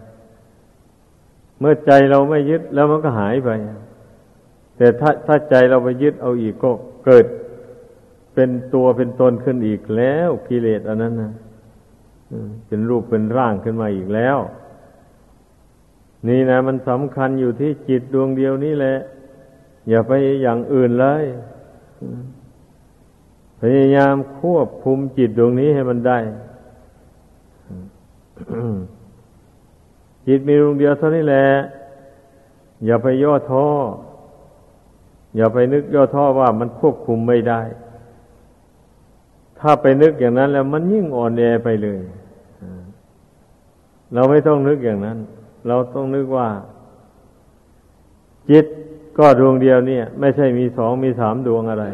เมื่อใจเราไม่ยึดแล้วมันก็หายไปแต่ถ้าถ้าใจเราไปยึดเอาอีกก็เกิดเป็นตัวเป็นตนขึ้นอีกแล้วกิเลสอันนั้นนะเป็นรูปเป็นร่างขึ้นมาอีกแล้วนี่นะมันสำคัญอยู่ที่จิตดวงเดียวนี้แหละอย่าไปอย่างอื่นเลยพยายามควบคุมจิตดวงนี้ให้มันได้ จิตมีดวงเดียวเท่านี้แหละอย่าไปย่อท้ออย่าไปนึกย่อท้อว่ามันควบคุมไม่ได้ถ้าไปนึกอย่างนั้นแล้วมันยิ่งอ่อนแอไปเลยเราไม่ต้องนึกอย่างนั้นเราต้องนึกว่าจิตก็ดวงเดียวเนี่ยไม่ใช่มีสองมีสามดวงอะไร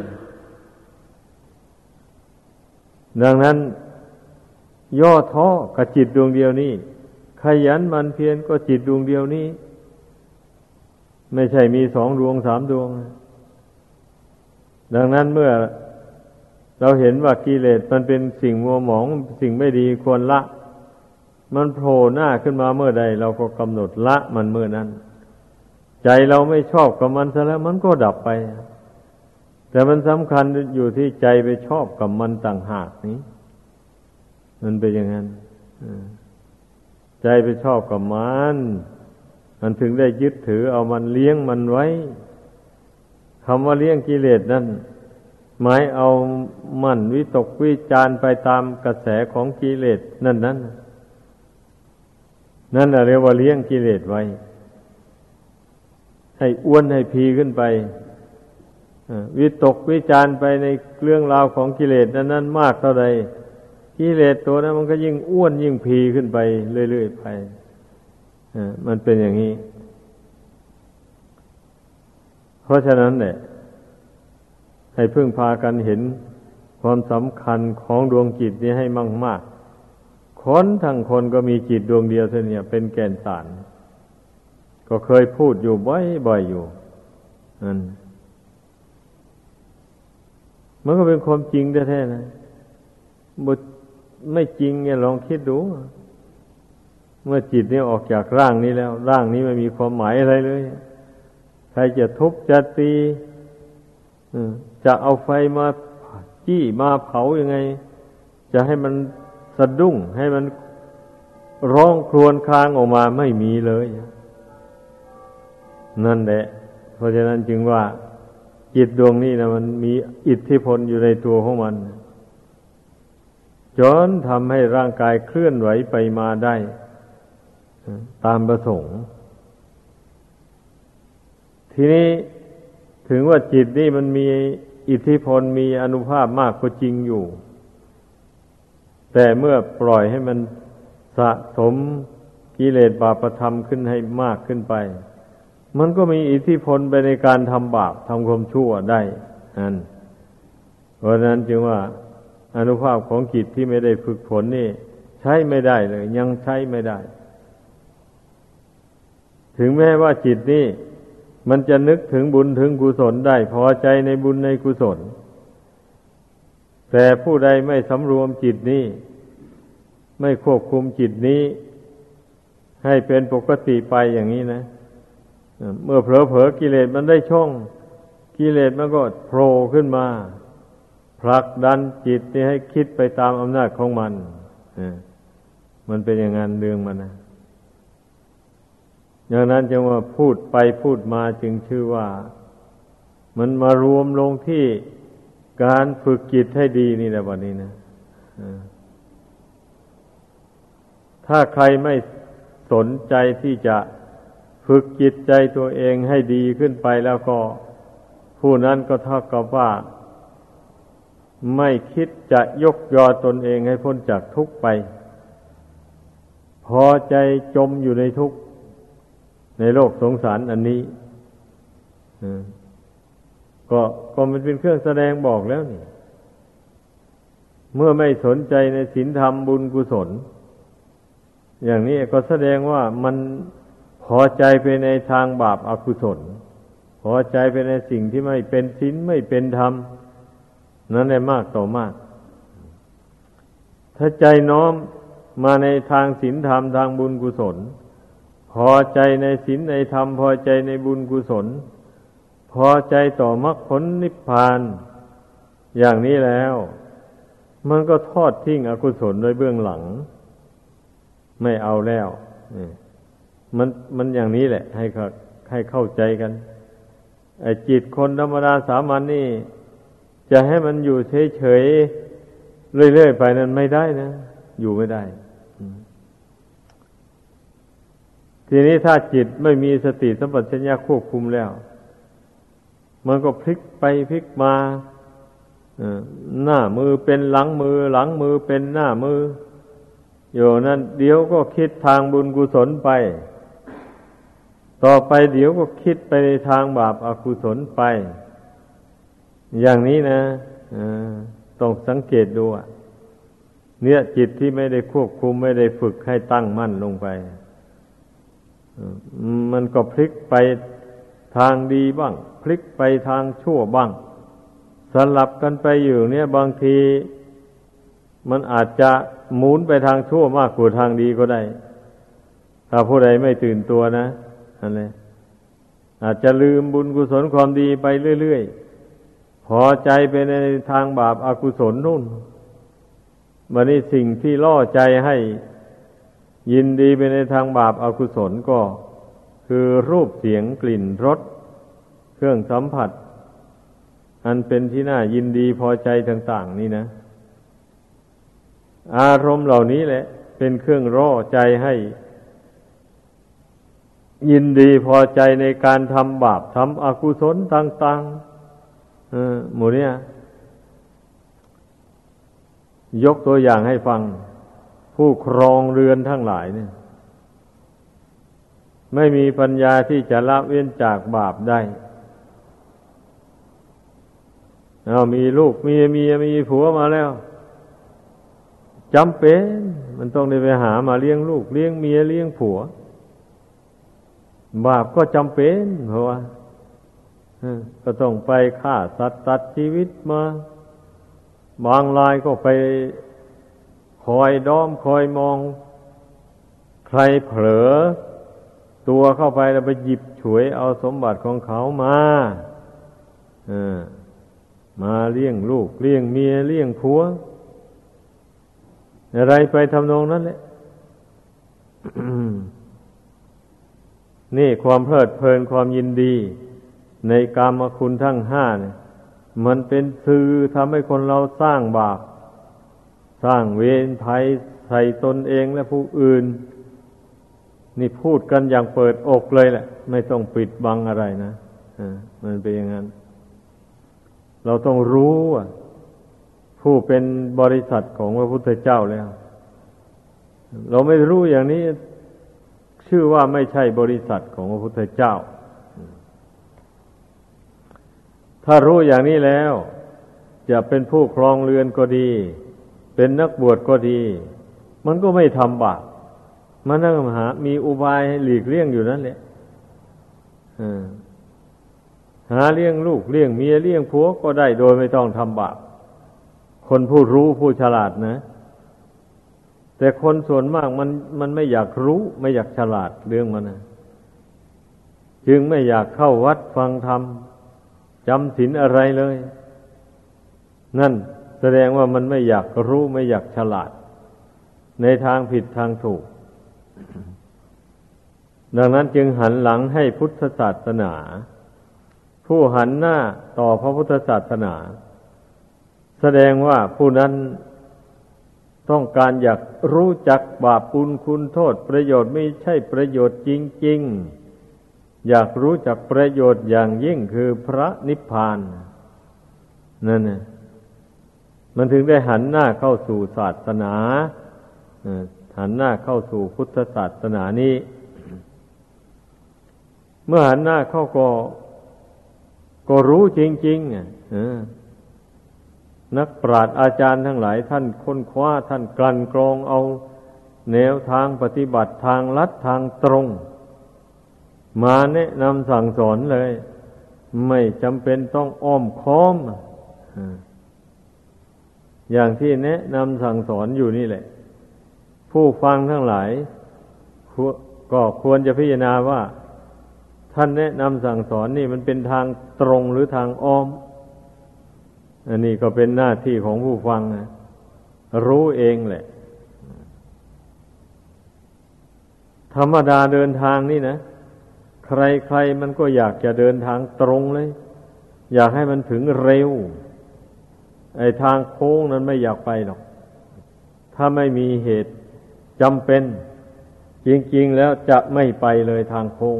ดังนั้นย่อท้อกับจิตดวงเดียวนี้ขยันหมั่นเพียรก็จิตดวงเดียวนี้ไม่ใช่มีสองดวงสามดวงดังนั้นเมื่อเราเห็นว่ากิเลสมันเป็นสิ่งมัวหมองสิ่งไม่ดีควรละมันโผล่หน้าขึ้นมาเมื่อใดเราก็กำหนดละมันเมื่อนั้นใจเราไม่ชอบกับมันซะแล้วมันก็ดับไปแต่มันสำคัญอยู่ที่ใจไปชอบกับมันต่างหากนี้มันเป็นอย่างนั้นใจไปชอบกับมันมันถึงได้ยึดถือเอามันเลี้ยงมันไว้คำว่าเลี้ยงกิเลสนั่นหมายเอามันวิตกวิจารไปตามกระแสของกิเลสนั่นนั้นนั่นเรียกว่าเลี้ยงกิเลสไว้ให้อ้วนให้พีขึ้นไปวิตกวิจารไปในเรื่องราวของกิเลสนั้นนั้นมากเท่าใดกิเลสตัวนั้นมันก็ยิ่งอ้วนยิ่งพีขึ้นไปเรื่อยๆไปมันเป็นอย่างนี้เพราะฉะนั้นเนี่ยให้พึ่งพากันเห็นความสำคัญของดวงจิตนี้ให้มากๆคนทั้งคนก็มีจิตดวงเดียวเท่านี้เป็นแก่นสารก็เคยพูดอยู่บ่อยๆอยู่นั่นมันก็เป็นความจริงแท้ๆนะบุไม่จริงเนี่ยลองคิดดูเมื่อจิตนี้ออกจากร่างนี้แล้วร่างนี้ไม่มีความหมายอะไรเลยใครจะทุบจะตีจะเอาไฟมาจี้มาเผายังไงจะให้มันสะดุ้งให้มันร้องครวญครางออกมาไม่มีเลยนั่นแหละเพราะฉะนั้นจึงว่าจิตดวงนี้นะมันมีอิทธิพลอยู่ในตัวของมันจนทำให้ร่างกายเคลื่อนไหวไปมาได้ตามประสงค์ทีนี้ถึงว่าจิตนี่มันมีอิทธิพลมีอานุภาพมากก็จริงอยู่แต่เมื่อปล่อยให้มันสะสมกิเลสบาปธรรมขึ้นให้มากขึ้นไปมันก็มีอิทธิพลไปในการทำบาปทำความชั่วได้นั่นเพราะนั้นจึงว่าอานุภาพของจิตที่ไม่ได้ฝึกฝนนี่ใช้ไม่ได้เลยยังใช้ไม่ได้ถึงแม้ว่าจิตนี่มันจะนึกถึงบุญถึงกุศลได้พอใจในบุญในกุศลแต่ผู้ใดไม่สำรวมจิตนี้ไม่ควบคุมจิตนี้ให้เป็นปกติไปอย่างนี้นะเมื่อเผลอๆกิเลสมันได้ช่องกิเลสมันก็โผล่ขึ้นมาผลักดันจิตนี้ให้คิดไปตามอำนาจของมันมันเป็นอย่างนั้นเรื่องมันนะอย่างนั้นจึงว่าพูดไปพูดมาจึงชื่อว่ามันมารวมลงที่การฝึกจิตให้ดีนี่แหละวันนี้นะถ้าใครไม่สนใจที่จะฝึกจิตใจตัวเองให้ดีขึ้นไปแล้วก็ผู้นั้นก็เท่ากับว่าไม่คิดจะยกยอตนเองให้พ้นจากทุกข์ไปพอใจจมอยู่ในทุกข์ในโลกสงสารอันนี้ก็ก็มันเป็นเครื่องแสดงบอกแล้วนี่เมื่อไม่สนใจในศีลธรรมบุญกุศลอย่างนี้ก็แสดงว่ามันพอใจไปในทางบาปอกุศลพอใจไปในสิ่งที่ไม่เป็นศีลไม่เป็นธรรมนั้นได้มากต่อมากถ้าใจน้อมมาในทางศีลธรรมทางบุญกุศลพอใจในศีลในธรรมพอใจในบุญกุศลพอใจต่อมรรคผลนิพพานอย่างนี้แล้วมันก็ทอดทิ้งอกุศลโดยเบื้องหลังไม่เอาแล้วมันมันอย่างนี้แหละให้ให้เข้าใจกันไอ้จิตคนธรรมดาสามัญ น, นี่จะให้มันอยู่เฉยๆเรื่อยๆไปนั้นไม่ได้นะอยู่ไม่ได้ทีนี้ถ้าจิตไม่มีสติสัมปชัญญะควบคุมแล้วมันก็พลิกไปพลิกมาหน้ามือเป็นหลังมือหลังมือเป็นหน้ามืออยู่นั่นเดี๋ยวก็คิดทางบุญกุศลไปต่อไปเดี๋ยวก็คิดไปในทางบาปอกุศลไปอย่างนี้นะต้องสังเกตดูอ่ะเนี่ยจิตที่ไม่ได้ควบคุมไม่ได้ฝึกให้ตั้งมั่นลงไปมันก็พลิกไปทางดีบ้างพลิกไปทางชั่วบ้างสลับกันไปอยู่เนี่ยบางทีมันอาจจะหมุนไปทางชั่วมากกว่าทางดีก็ได้ถ้าผู้ใดไม่ตื่นตัวนะนั่นแหละอาจจะลืมบุญกุศลความดีไปเรื่อยๆพอใจไปในทางบาปอกุศลนู่นบัดนี้สิ่งที่ล่อใจให้ยินดีไปในทางบาปอกุศลก็คือรูปเสียงกลิ่นรสเครื่องสัมผัสอันเป็นที่น่ายินดีพอใจต่างๆนี่นะอารมณ์เหล่านี้แหละเป็นเครื่องร่อใจให้ยินดีพอใจในการทำบาปทำอกุศลต่างๆเออหมู่เนี่ยยกตัวอย่างให้ฟังผู้ครองเรือนทั้งหลายเนี่ยไม่มีปัญญาที่จะละเว้นจากบาปได้เอามีลูกมีเมียมีผัวมาแล้วจำเป็นมันต้องได้ไปหามาเลี้ยงลูกเลี้ยงเมียเลี้ยงผัวบาปก็จำเป็นเพราะว่าก็ต้องไปฆ่าสัตว์ตัดชีวิตมาบางรายก็ไปคอยด้อมคอยมองใครเผลอตัวเข้าไปแล้วไปหยิบฉวยเอาสมบัติของเขามาเออมาเลี้ยงลูกเลี้ยงเมียเลี้ยงผัวอะไรไปทำนองนั้นแหละ นี่ความเพลิดเพลินความยินดีในกามคุณทั้งห้าเนี่ยมันเป็นสื่อทำให้คนเราสร้างบาปสร้างเวรภัยใส่ตนเองและผู้อื่นนี่พูดกันอย่างเปิดอกเลยแหละไม่ต้องปิดบังอะไรนะอ่ามันเป็นอย่างนั้นเราต้องรู้ว่าผู้เป็นบริษัทของพระพุทธเจ้าแล้วเราไม่รู้อย่างนี้ชื่อว่าไม่ใช่บริษัทของพระพุทธเจ้าถ้ารู้อย่างนี้แล้วจะเป็นผู้ครองเรือนก็ดีเป็นนักบวชก็ดีมันก็ไม่ทำบาปมันนั่งหามีอุบายให้หลีกเลี่ยงอยู่นั่นแหละหาเลี้ยงลูกเลี้ยงเมียเลี้ยงผัวก็ได้โดยไม่ต้องทำบาปคนผู้รู้ผู้ฉลาดนะแต่คนส่วนมากมันมันไม่อยากรู้ไม่อยากฉลาดเรื่องมันนะจึงไม่อยากเข้าวัดฟังธรรมจำศีลอะไรเลยนั่นแสดงว่ามันไม่อยากรู้ไม่อยากฉลาดในทางผิดทางถูกดังนั้นจึงหันหลังให้พุทธศาสนาผู้หันหน้าต่อพระพุทธศาสนาแสดงว่าผู้นั้นต้องการอยากรู้จักบาปบุญคุณโทษประโยชน์ไม่ใช่ประโยชน์จริงๆอยากรู้จักประโยชน์อย่างยิ่งคือพระนิพพานนั่นน่ะมันถึงได้หันหน้าเข้าสู่ศาสนาหันหน้าเข้าสู่พุทธศาสนานี้เมื่อหันหน้าเข้าก็ก็รู้จริงๆอ่ะนักปราชญ์อาจารย์ทั้งหลายท่านค้นคว้าท่านกลั่นกรองเอาแนวทางปฏิบัติทางลัดทางตรงมาแนะนำสั่งสอนเลยไม่จำเป็นต้องอ้อมค้อมอย่างที่แนะนำสั่งสอนอยู่นี่แหละผู้ฟังทั้งหลายก็ควรจะพิจารณาว่าท่านแนะนำสั่งสอนนี่มันเป็นทางตรงหรือทางอ้อมอันนี้ก็เป็นหน้าที่ของผู้ฟังนะรู้เองแหละธรรมดาเดินทางนี่นะใครๆมันก็อยากจะเดินทางตรงเลยอยากให้มันถึงเร็วไอ้ทางโค้งนั้นไม่อยากไปหรอกถ้าไม่มีเหตุจำเป็นจริงๆแล้วจะไม่ไปเลยทางโค้ง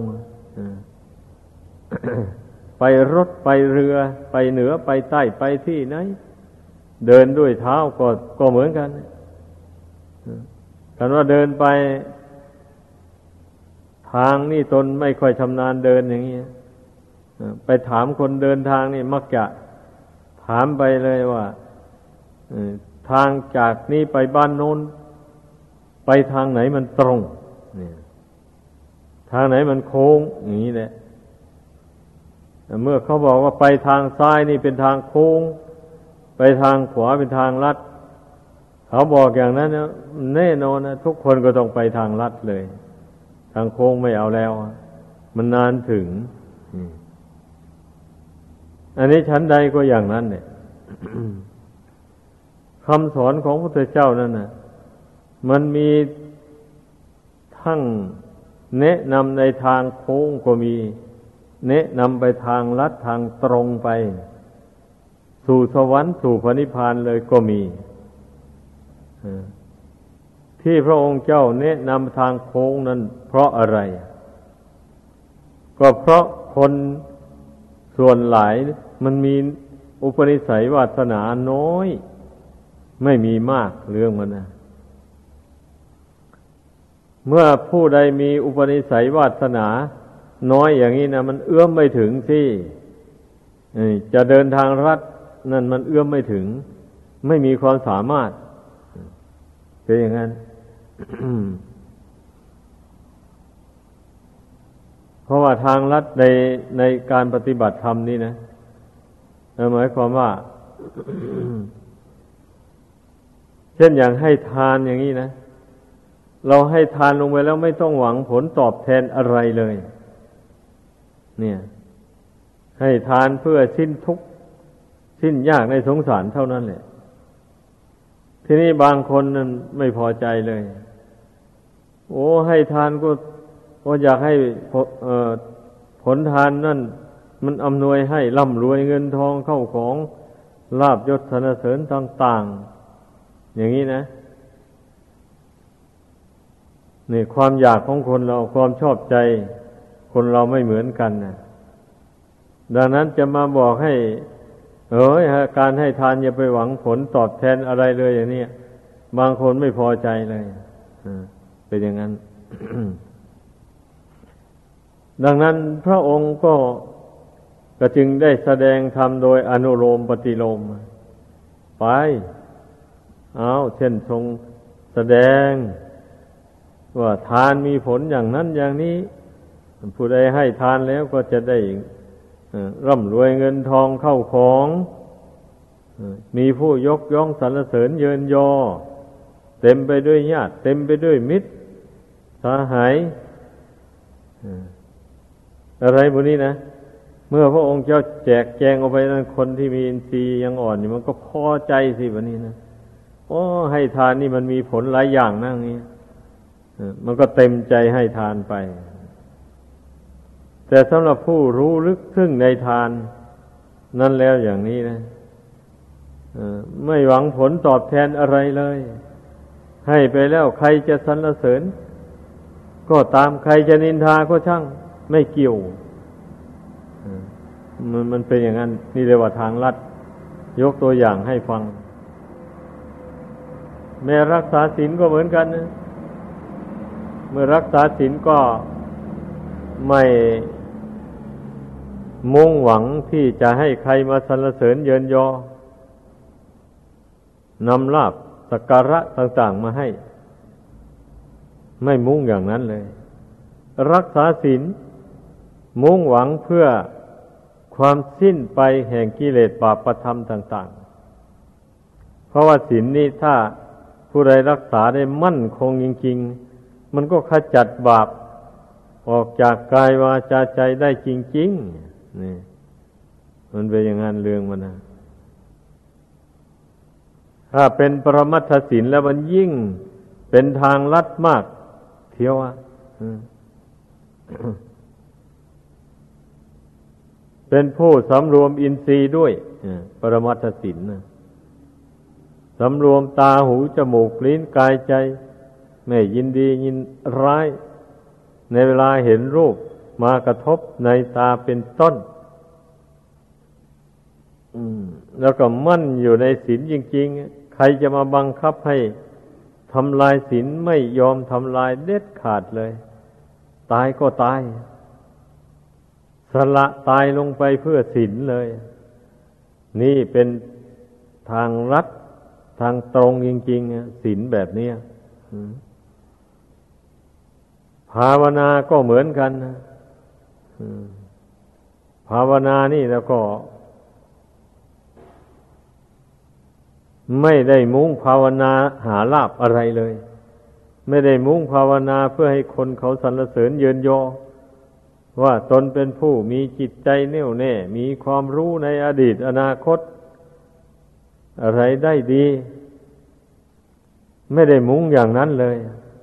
ไปรถไปเรือไปเหนือไปใต้ไปที่ไหนเดินด้วยเท้าก็ก็เหมือนกันกันว่าเดินไปทางนี่ตนไม่ค่อยชำนาญเดินอย่างนี้ไปถามคนเดินทางนี่มักจะถามไปเลยว่าทางจากนี้ไปบ้านโน้นไปทางไหนมันตรงเนี่ยทางไหนมันโค้งอย่างนี้แหละเมื่อเขาบอกว่าไปทางซ้ายนี่เป็นทางโค้งไปทางขวาเป็นทางลัดเขาบอกอย่างนั้นนะแน่นอนนะทุกคนก็ต้องไปทางลัดเลยทางโค้งไม่เอาแล้วมันนานถึงอันนี้ชั้นใดก็อย่างนั้นเนี่ย คำสอนของพระพุทธเจ้านั่นน่ะมันมีทั้งแนะนำในทางโค้งก็มีแนะนำไปทางลัดทางตรงไปสู่สวรรค์สู่พระนิพพานเลยก็มีที่พระองค์เจ้าแนะนำทางโค้งนั้นเพราะอะไรก็เพราะคนส่วนหลายมันมีอุปนิสัยวาสนาน้อยไม่มีมากเรื่องมันนะเมื่อผู้ใดมีอุปนิสัยวาสนาน้อยอย่างนี้นะมันเอื้อมไม่ถึงสิจะเดินทางลัดนั่นมันเอื้อมไม่ถึงไม่มีความสามารถเป็นอย่างนั้น เพราะว่าทางลัดในในการปฏิบัติธรรมนี่นะหมายความว่า เช่นอย่างให้ทานอย่างนี้นะเราให้ทานลงไปแล้วไม่ต้องหวังผลตอบแทนอะไรเลยเนี่ยให้ทานเพื่อสิ้นทุกข์สิ้นยากในสงสารเท่านั้นแหละทีนี้บางคนนั้นไม่พอใจเลยโอ้ให้ทานก็ก็อยากให้เอ่อผลทานนั่นมันอำนวยให้ร่ำรวยเงินทองเข้าของลาภยศสรรเสริญต่างๆอย่างนี้นะนี่ความอยากของคนเราความชอบใจคนเราไม่เหมือนกันนะดังนั้นจะมาบอกให้เอ้ยการให้ทานอย่าไปหวังผลตอบแทนอะไรเลยอย่างนี้บางคนไม่พอใจเลยเป็นอย่างนั้น ดังนั้นพระองค์ก็ก็จึงได้แสดงธรรมโดยอนุโลมปฏิโลมไปเอาเช่นทรงแสดงว่าทานมีผลอย่างนั้นอย่างนี้ผู้ใดให้ทานแล้วก็จะได้ร่ำรวยเงินทองเข้าของมีผู้ยกย่องสรรเสริญเยินยอเต็มไปด้วยญาติเต็มไปด้วยมิตรสหายอะไรพวกนี้นะเมื่อพระองค์เจ้าแจกแจงออกไปนั้นคนที่มีอินทรีย์ยังอ่อนอยู่มันก็พอใจสิแบบนี้นะโอ้ให้ทานนี่มันมีผลหลายอย่างนะอย่างนี้มันก็เต็มใจให้ทานไปแต่สำหรับผู้รู้ลึกซึ้งในทานนั่นแล้วอย่างนี้นะไม่หวังผลตอบแทนอะไรเลยให้ไปแล้วใครจะสรรเสริญก็ตามใครจะนินทาก็ช่างไม่เกี่ยวมันมันเป็นอย่างนั้นนี่เรียกว่าทางลัดยกตัวอย่างให้ฟังแม้รักษาศีลก็เหมือนกันนะเมื่อรักษาศีลก็ไม่มุ่งหวังที่จะให้ใครมาสรรเสริญเยินยอนำลาภสักการะต่างๆมาให้ไม่มุ่งอย่างนั้นเลยรักษาศีลมุ่งหวังเพื่อความสิ้นไปแห่งกิเลสบาปธรรมต่างๆเพราะว่าศีลนี้ถ้าผู้ใดรักษาได้มั่นคงจริงๆมันก็ขจัดบาปออกจากกายวาจาใจได้จริงๆนี่มันเป็นอย่างนั้นเรื่องมันนะถ้าเป็นปรมัตถศีลแล้วมันยิ่งเป็นทางลัดมากเที่ยวอ่ะเป็นผู้สำรวมอินทรีย์ด้วยปรมัตถศีลนะสำรวมตาหูจมูกลิ้นกายใจไม่ยินดียินร้ายในเวลาเห็นรูปมากระทบในตาเป็นต้นแล้วก็มั่นอยู่ในศีลจริงๆใครจะมาบังคับให้ทำลายศีลไม่ยอมทำลายเด็ดขาดเลยตายก็ตายสละตายลงไปเพื่อศีลเลยนี่เป็นทางลัดทางตรงจริงๆศีลแบบนี้ภาวนาก็เหมือนกันนะภาวนานี่แล้วก็ไม่ได้มุ่งภาวนาหาลาภอะไรเลยไม่ได้มุ่งภาวนาเพื่อให้คนเขาสรรเสริญเยินยอว่าตนเป็นผู้มีจิตใจแน่วแน่มีความรู้ในอดีตอนาคตอะไรได้ดีไม่ได้มุ่งอย่างนั้นเลย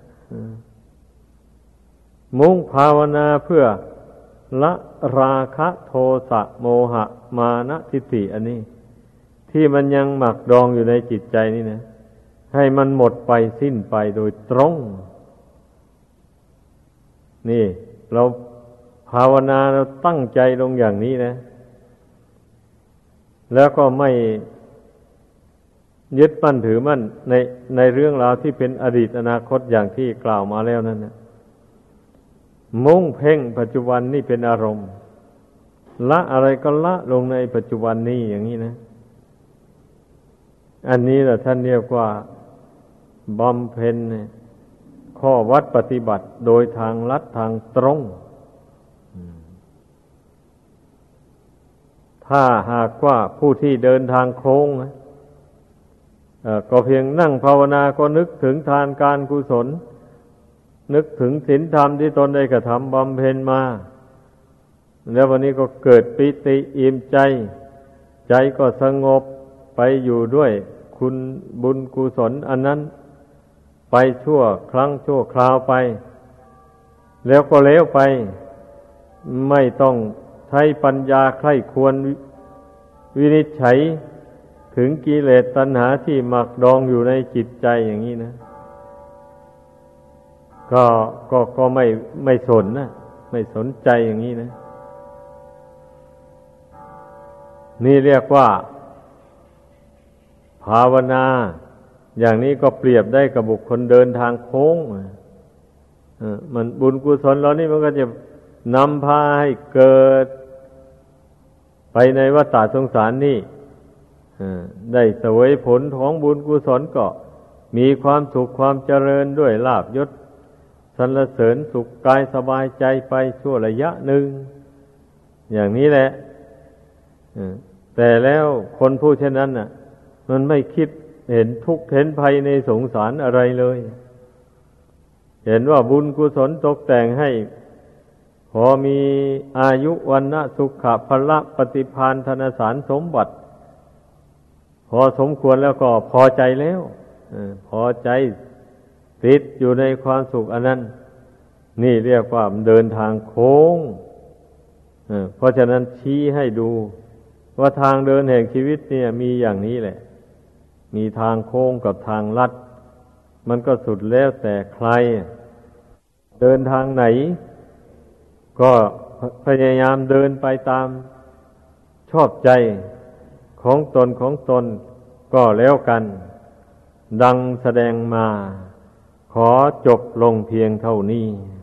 มุ่งภาวนาเพื่อละราคะโทสะโมหะมานะทิฏฐิอันนี้ที่มันยังหมักดองอยู่ในจิตใจนี่นะให้มันหมดไปสิ้นไปโดยตรงนี่เราภาวนาเราตั้งใจลงอย่างนี้นะแล้วก็ไม่ยึดมั่นถือมั่นในในเรื่องราวที่เป็นอดีตอนาคตอย่างที่กล่าวมาแล้วนั่นนะมุ่งเพ่งปัจจุบันนี่เป็นอารมณ์ละอะไรก็ละลงในปัจจุบันนี้อย่างนี้นะอันนี้แหละท่านเรียกว่าบำเพ็ญข้อวัดปฏิบัติโดยทางลัดทางตรงถ้าหากว่าผู้ที่เดินทางโค้งก็เพียงนั่งภาวนาก็นึกถึงทานการกุศลนึกถึงศีลธรรมที่ตนได้กระทำบำเพ็ญมาแล้ววันนี้ก็เกิดปิติอิ่มใจใจก็สงบไปอยู่ด้วยคุณบุญกุศลอันนั้นไปชั่วครั้งชั่วคราวไปแล้วก็แล้วไปไม่ต้องใช้ปัญญาใคร่ควรวินิจฉัยถึงกิเลสตัณหาที่หมักดองอยู่ในจิตใจอย่างนี้นะก็ก็ก็ไม่ไม่สนนะไม่สนใจอย่างนี้นะนี่เรียกว่าภาวนาอย่างนี้ก็เปรียบได้กับบุคคลเดินทางโค้งมันบุญกุศลเหล่านี้มันก็จะนำพาให้เกิดไปในวัฏสงสารนี่ได้เสวยผลของบุญกุศลก็มีความสุขความเจริญด้วยลาภยศสรรเสริญสุขกายสบายใจไปชั่วระยะหนึ่งอย่างนี้แหละแต่แล้วคนผู้เช่นนั้นน่ะมันไม่คิดเห็นทุกข์เห็นภัยในสงสารอะไรเลยเห็นว่าบุญกุศลตกแต่งให้พอมีอายุวันนะสุขะพละปฏิภาณธนสารสมบัติพอสมควรแล้วก็พอใจแล้วพอใจติดอยู่ในความสุขอันนั้นนี่เรียกว่าเดินทางโค้งเพราะฉะนั้นชี้ให้ดูว่าทางเดินแห่งชีวิตเนี่ยมีอย่างนี้แหละมีทางโค้งกับทางลัดมันก็สุดแล้วแต่ใครเดินทางไหนก็พยายามเดินไปตามชอบใจของตนของตนก็แล้วกันดังแสดงมาขอจบลงเพียงเท่านี้